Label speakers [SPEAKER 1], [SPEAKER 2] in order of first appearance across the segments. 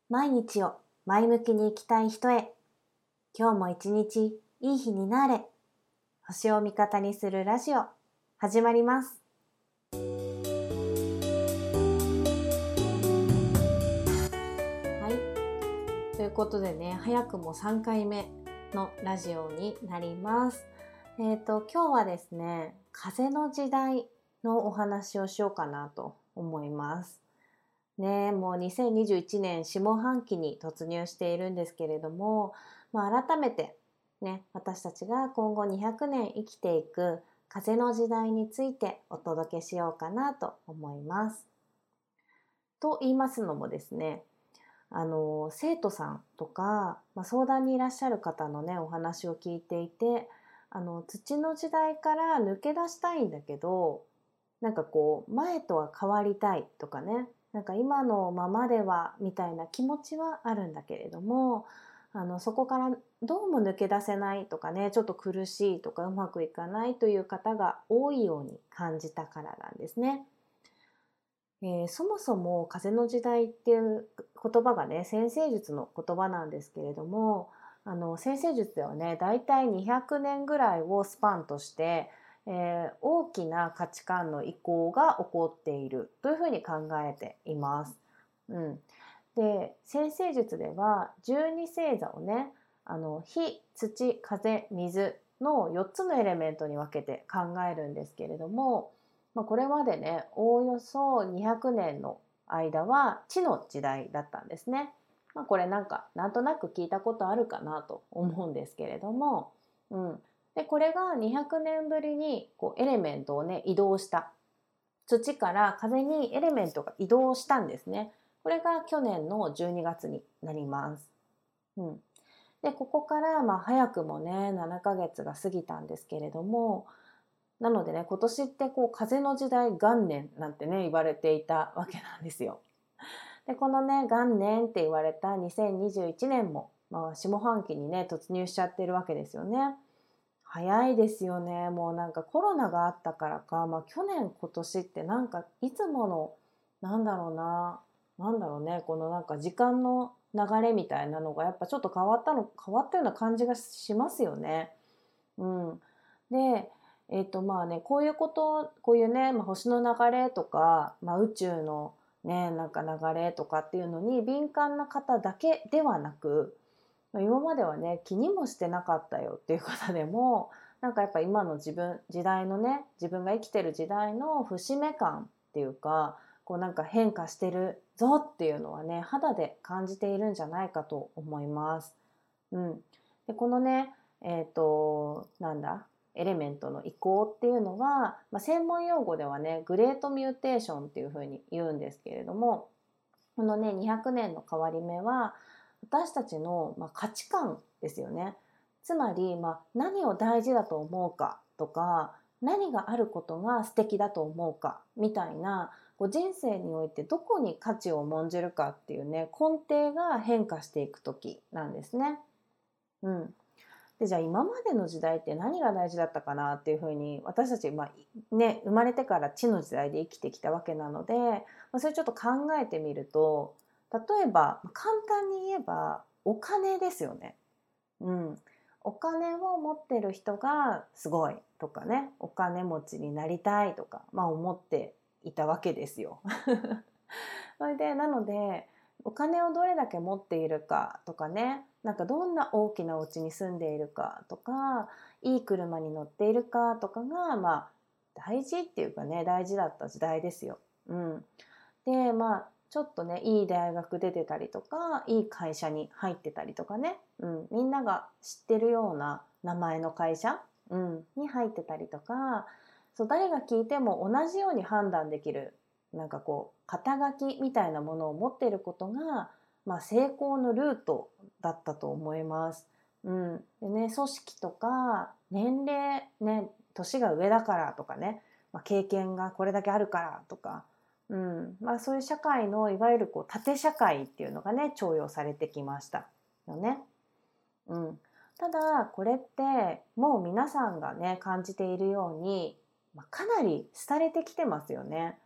[SPEAKER 1] 毎日を前向きに生きたい人へ。今日も一日いい日になれ。星を味方にするラジオ始まります。はい、ということでね、早くも3回目のラジオになります。今日はですね、風の時代のお話をしようかなと思います。ね、もう2021年下半期に突入しているんですけれども、改めてね、私たちが今後200年生きていく風の時代についてお届けしようかなと思います。と言いますのもですね、生徒さんとか、相談にいらっしゃる方のね、お話を聞いていて、土の時代から抜け出したいんだけど、前とは変わりたいとかね、今のままではみたいな気持ちはあるんだけれども、そこからどうも抜け出せないとかね、ちょっと苦しいとかうまくいかないという方が多いように感じたからなんですね。そもそも風の時代っていう言葉がね、占星術の言葉なんですけれども、占星術ではね、だいたい200年ぐらいをスパンとして、大きな価値観の移行が起こっているというふうに考えています。で、占星術では12星座をね、火、土、風、水の4つのエレメントに分けて考えるんですけれども、これまでね、おおよそ200年の間は地の時代だったんですね。これなんとなく聞いたことあるかなと思うんですけれども、でこれが200年ぶりにエレメントをね移動した。土から風にエレメントが移動したんですね。これが去年の12月になります。でここから早くもね7ヶ月が過ぎたんですけれども、なのでね、今年って風の時代元年なんてね言われていたわけなんですよ。でこのね元年って言われた2021年も、下半期にね突入しちゃってるわけですよね。早いですよね。もうコロナがあったからか、去年今年っていつものなんだろうね、この時間の流れみたいなのがやっぱちょっと変わったような感じがしますよね。で、こういうね、星の流れとか、宇宙のね、流れとかっていうのに敏感な方だけではなく、今まではね、気にもしてなかったよっていう方でも、やっぱ今の時代のね、自分が生きてる時代の節目感っていうか、変化してるぞっていうのはね、肌で感じているんじゃないかと思います。でこのね、エレメントの移行っていうのは、専門用語ではね、グレートミューテーションっていうふうに言うんですけれども、このね、200年の変わり目は、私たちの、価値観ですよね。つまり、何を大事だと思うかとか、何があることが素敵だと思うかみたいな、人生においてどこに価値を重んじるかっていうね、根底が変化していく時なんですね。でじゃあ今までの時代って何が大事だったかなっていうふうに私たち、生まれてから地の時代で生きてきたわけなので、それちょっと考えてみると、例えば簡単に言えばお金ですよね。お金を持ってる人がすごいとかね、お金持ちになりたいとか、思っていたわけですよ。それでなのでお金をどれだけ持っているかとかね、どんな大きなお家に住んでいるかとか、いい車に乗っているかとかが大事っていうかね、大事だった時代ですよ。でちょっとねいい大学出てたりとか、いい会社に入ってたりとかね、みんなが知ってるような名前の会社、に入ってたりとか、そう誰が聞いても同じように判断できる肩書きみたいなものを持っていることが、成功のルートだったと思います。でね、組織とか年齢ね、年が上だからとかね、経験がこれだけあるからとか、そういう社会のいわゆる縦社会っていうのがね重用されてきましたよね。ただこれってもう皆さんがね感じているように、かなり廃れてきてますよね。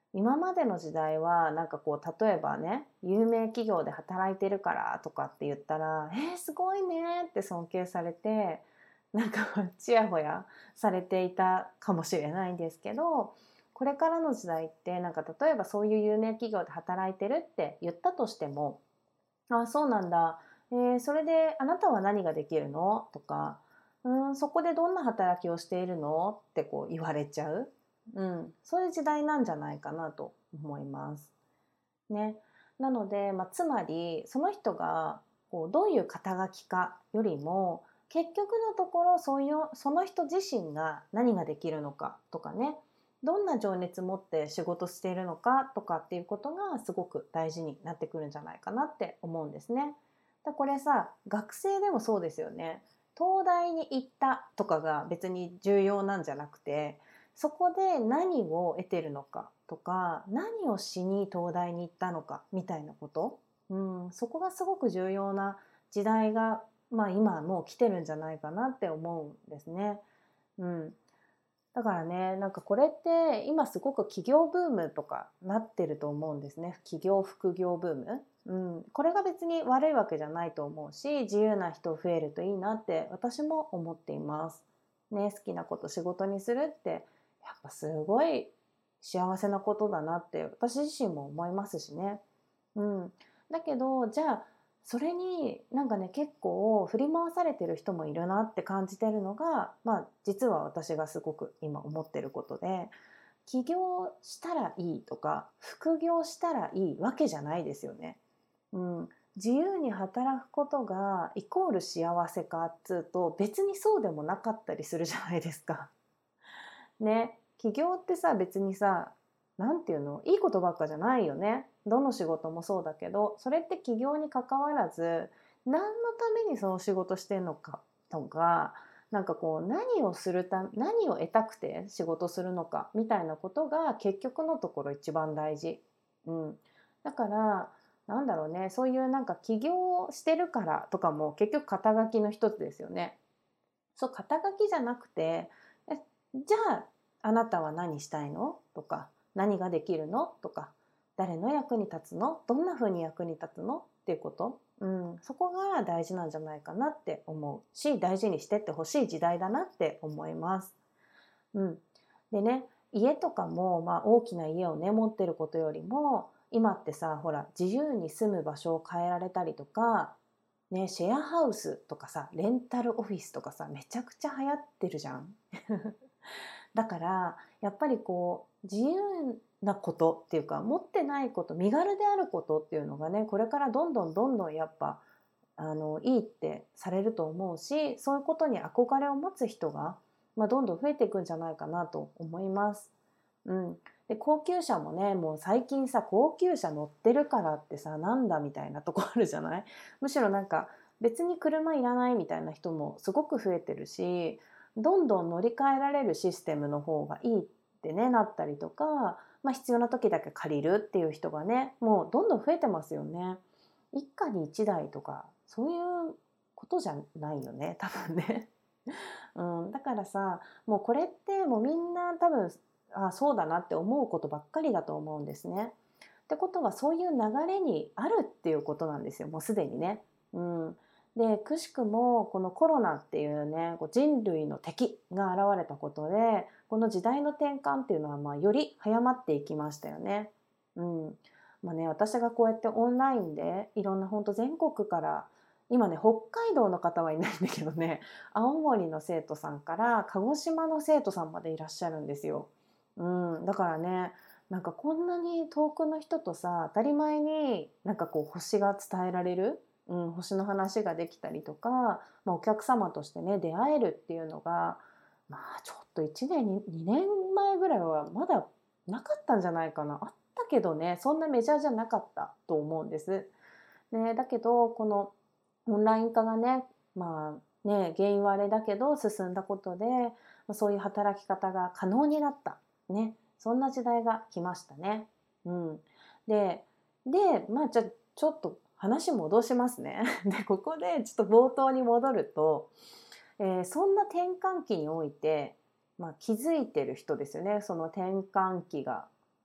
[SPEAKER 1] 今までの時代はなんかこう例えばね有名企業で働いてるからとかって言ったらすごいねって尊敬されてなんかちやほやされていたかもしれないんですけど、これからの時代ってなんか例えばそういう有名企業で働いてるって言ったとしても、あ、そうなんだ、それであなたは何ができるのとか、そこでどんな働きをしているのってこう言われちゃう、そういう時代なんじゃないかなと思います。ね。なので、つまりその人がこうどういう肩書きかよりも結局のところその人自身が何ができるのかとかね、どんな情熱持って仕事しているのかとかっていうことがすごく大事になってくるんじゃないかなって思うんですね。これさ、学生でもそうですよね。東大に行ったとかが別に重要なんじゃなくて、そこで何を得てるのかとか、何をしに東大に行ったのかみたいなこと、そこがすごく重要な時代が、今もう来てるんじゃないかなって思うんですね。うん、だからね、なんかこれって今すごく起業ブームとかなってると思うんですね。起業副業ブーム。これが別に悪いわけじゃないと思うし、自由な人増えるといいなって私も思っています。ね、好きなこと仕事にするってやっぱすごい幸せなことだなって私自身も思いますしね。うん。だけど、じゃあそれになんかね結構振り回されてる人もいるなって感じてるのが、実は私がすごく今思ってることで、起業したらいいとか副業したらいいわけじゃないですよね。うん、自由に働くことがイコール幸せかっつうと別にそうでもなかったりするじゃないですか。ね、起業ってさ別にさ、なんていうの、いいことばっかじゃないよね。どの仕事もそうだけど、それって起業に関わらず何のためにその仕事してんのかとか、なんかこう何を得たくて仕事するのかみたいなことが結局のところ一番大事。うん、だからなんだろうね、そういうなんか起業してるからとかも結局肩書きの一つですよね。そう、肩書きじゃなくて、じゃあ、あなたは何したいのとか、何ができるのとか、誰の役に立つの、どんな風に役に立つのっていうこと、そこが大事なんじゃないかなって思うし、大事にしてってほしい時代だなって思います。うん。でね、家とかも、大きな家をね、持ってることよりも、今ってさ、ほら、自由に住む場所を変えられたりとか、ね、シェアハウスとかさ、レンタルオフィスとかさ、めちゃくちゃ流行ってるじゃん。だから、やっぱりこう、自由なことっていうか、持ってないこと、身軽であることっていうのがね、これからどんどんどんどんやっぱ、いいってされると思うし、そういうことに憧れを持つ人が、どんどん増えていくんじゃないかなと思います。うん。で、高級車もね、もう最近さ、高級車乗ってるからってさ、なんだみたいなとこあるじゃない。むしろなんか、別に車いらないみたいな人もすごく増えてるし、どんどん乗り換えられるシステムの方がいいってね、なったりとか、必要な時だけ借りるっていう人がね、もうどんどん増えてますよね。一家に一台とか、そういうことじゃないよね、多分ね。だからさ、もうこれってもうみんな多分、そうだなって思うことばっかりだと思うんですね。ってことはそういう流れにあるっていうことなんですよ、もうすでにね。うん。で、くしくもこのコロナっていうね、こう人類の敵が現れたことで、この時代の転換っていうのはより早まっていきましたよね。うん。私がこうやってオンラインでいろんな本当全国から今ね、北海道の方はいないんだけどね、青森の生徒さんから鹿児島の生徒さんまでいらっしゃるんですよ。だからね、なんかこんなに遠くの人とさ、当たり前になんかこう星が伝えられる、星の話ができたりとか、お客様としてね、出会えるっていうのが、ちょっと1年に、2年前ぐらいはまだなかったんじゃないかな。あったけどね、そんなメジャーじゃなかったと思うんです。ね、だけど、このオンライン化がね、原因はあれだけど進んだことで、そういう働き方が可能になった。ね。そんな時代が来ましたね。うん。で、じゃあちょっと話戻しますね。で、ここでちょっと冒頭に戻ると、そんな転換期において、気づいてる人ですよね。その転換期が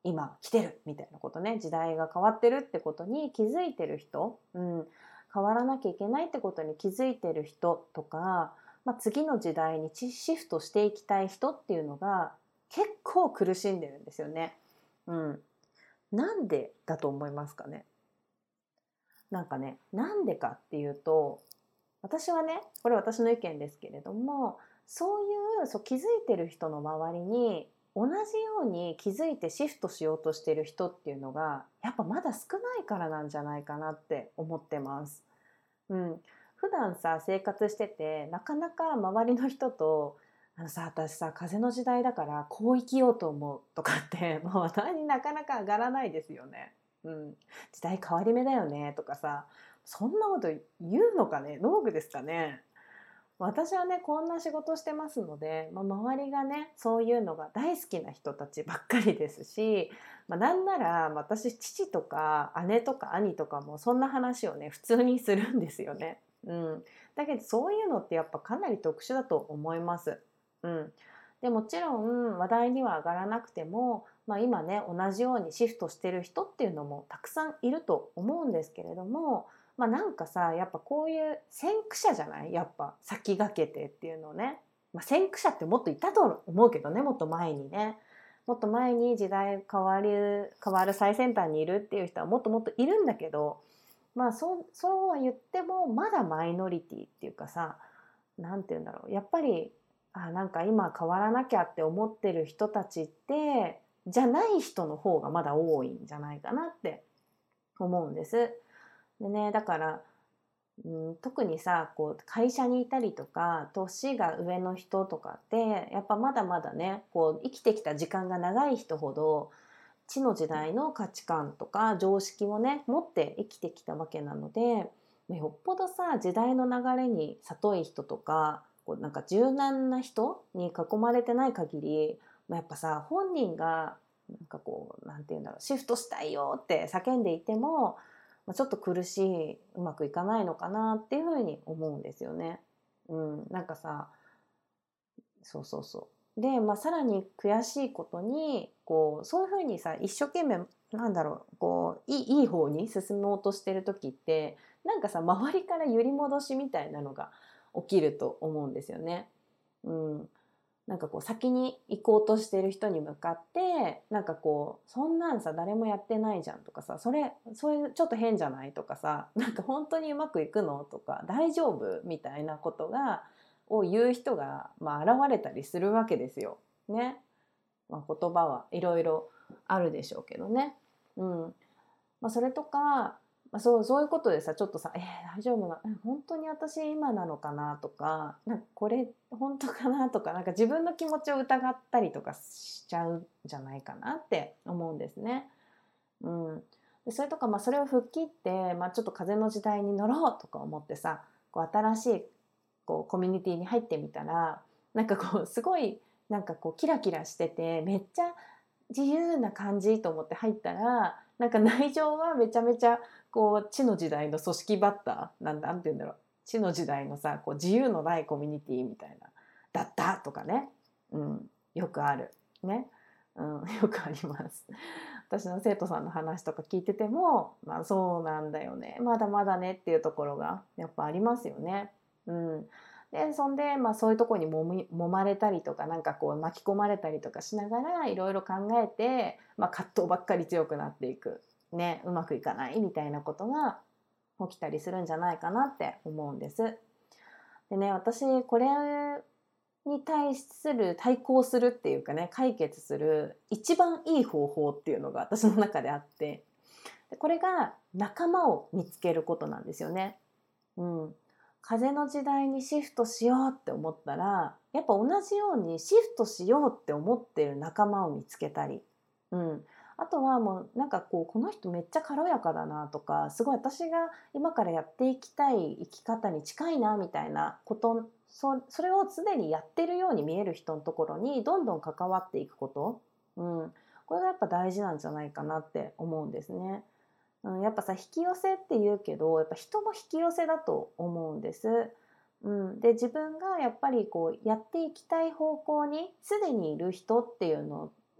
[SPEAKER 1] 今来てるみたいなことね、時代が変わってるってことに気づいてる人、変わらなきゃいけないってことに気づいてる人とか、次の時代にシフトしていきたい人っていうのが結構苦しんでるんですよね。なんでだと思いますかね。なんかね、なんでかっていうと、私はね、これ私の意見ですけれども、そう気づいてる人の周りに同じように気づいてシフトしようとしてる人っていうのがやっぱまだ少ないからなんじゃないかなって思ってます。普段さ生活しててなかなか周りの人と私さ風の時代だからこう生きようと思うとかってもう話題になかなか上がらないですよね。時代変わり目だよねとかさ、そんなこと言うのかね、農具ですかね。私はねこんな仕事してますので、周りがねそういうのが大好きな人たちばっかりですし、なんなら私父とか姉とか兄とかもそんな話をね普通にするんですよね。だけどそういうのってやっぱかなり特殊だと思います。でもちろん話題には上がらなくても、今ね同じようにシフトしてる人っていうのもたくさんいると思うんですけれども、なんかさやっぱこういう先駆者じゃない、やっぱ先駆けてっていうのね、先駆者ってもっといたと思うけどね、もっと前にね、もっと前に時代変わる最先端にいるっていう人はもっともっといるんだけど、そうは言ってもまだマイノリティっていうかさ、なんて言うんだろう、やっぱりなんか今変わらなきゃって思ってる人たちってじゃない人の方がまだ多いんじゃないかなって思うんです。でね、だから、特にさこう会社にいたりとか年が上の人とかってやっぱまだまだねこう生きてきた時間が長い人ほど地の時代の価値観とか常識をね持って生きてきたわけなので、よっぽどさ時代の流れに疎い人とかこうなんか柔軟な人に囲まれてない限り、やっぱさ本人がなんかこうなんて言うんだろう、シフトしたいよって叫んでいてもちょっと苦しい、うまくいかないのかなっていうふうに思うんですよね。なんかさ、そうそうそう。で、さらに悔しいことに、こう、そういうふうにさ、一生懸命、なんだろう、こう、いい方に進もうとしてる時って、なんかさ、周りから揺り戻しみたいなのが起きると思うんですよね。うん。なんかこう先に行こうとしてる人に向かってなんかこうそんなんさ誰もやってないじゃんとかさ、それちょっと変じゃないとかさ、なんか本当にうまくいくのとか大丈夫みたいなことを言う人が、現れたりするわけですよ。ね。言葉はいろいろあるでしょうけどね。それとか、そういうことでさちょっとさ大丈夫な本当に私今なのかなとか、なんかこれ本当かなとか、なんか自分の気持ちを疑ったりとかしちゃうんじゃないかなって思うんですね。でそれとか、それを吹っ切って、ちょっと風の時代に乗ろうとか思ってさこう新しいこうコミュニティに入ってみたら、なんかこうすごいなんかこうキラキラしててめっちゃ自由な感じと思って入ったら、なんか内情はめちゃめちゃこう地の時代の組織バッターなんて言うんだろう、地の時代のさこう自由のないコミュニティみたいなだったとかね、よくあるね、よくあります。私の生徒さんの話とか聞いてても、そうなんだよね、まだまだねっていうところがやっぱありますよね。でそんで、そういうとこに揉まれたりとかなんかこう巻き込まれたりとかしながらいろいろ考えて、葛藤ばっかり強くなっていく、ね、うまくいかないみたいなことが起きたりするんじゃないかなって思うんです。でね、私これに対抗するっていうかね、解決する一番いい方法っていうのが私の中であって、これが仲間を見つけることなんですよね。風の時代にシフトしようって思ったらやっぱ同じようにシフトしようって思ってる仲間を見つけたり、あとはもうなんかこうこの人めっちゃ軽やかだなとか、すごい私が今からやっていきたい生き方に近いなみたいなこと、それをすでにやってるように見える人のところにどんどん関わっていくこと、これがやっぱ大事なんじゃないかなって思うんですね。やっぱさ引き寄せって言うけどやっぱ人も引き寄せだと思うんです。で自分がやっぱりこうやっていきたい方向にすでにいる人っていうの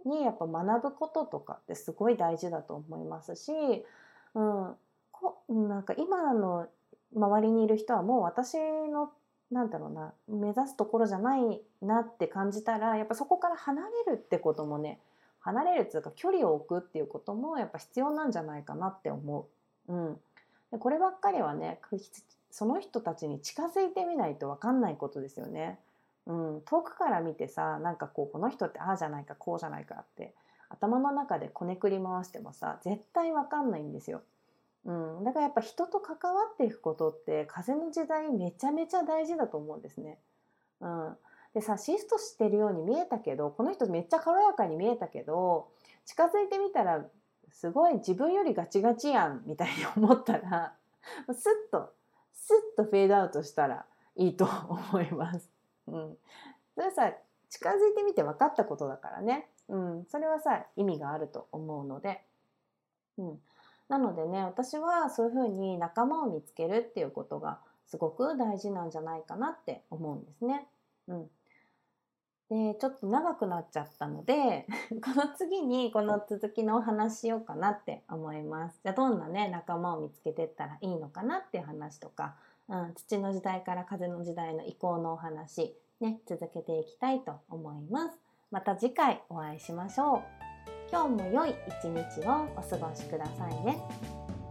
[SPEAKER 1] にやっぱ学ぶこととかってすごい大事だと思いますし、なんか今の周りにいる人はもう私のなんだろうな、目指すところじゃないなって感じたら、やっぱそこから離れるってこともね、離れるっていうか距離を置くっていうこともやっぱ必要なんじゃないかなって思う。でこればっかりはね、その人たちに近づいてみないと分かんないことですよね。遠くから見てさ、なんかこの人ってああじゃないかこうじゃないかって頭の中でこねくり回してもさ、絶対分かんないんですよ。だからやっぱ人と関わっていくことって風の時代めちゃめちゃ大事だと思うんですね。でさ、シフトしてるように見えたけど、この人めっちゃ軽やかに見えたけど、近づいてみたらすごい自分よりガチガチやんみたいに思ったらスッとフェードアウトしたらいいと思います。それさ、近づいてみて分かったことだからね。それはさ、意味があると思うので。なのでね、私はそういうふうに仲間を見つけるっていうことがすごく大事なんじゃないかなって思うんですね。で、ちょっと長くなっちゃったのでこの次にこの続きのお話しようかなって思います。じゃあどんなね、仲間を見つけていったらいいのかなっていう話とか、土の時代から風の時代の移行のお話、ね、続けていきたいと思います。また次回お会いしましょう。今日も良い一日をお過ごしくださいね。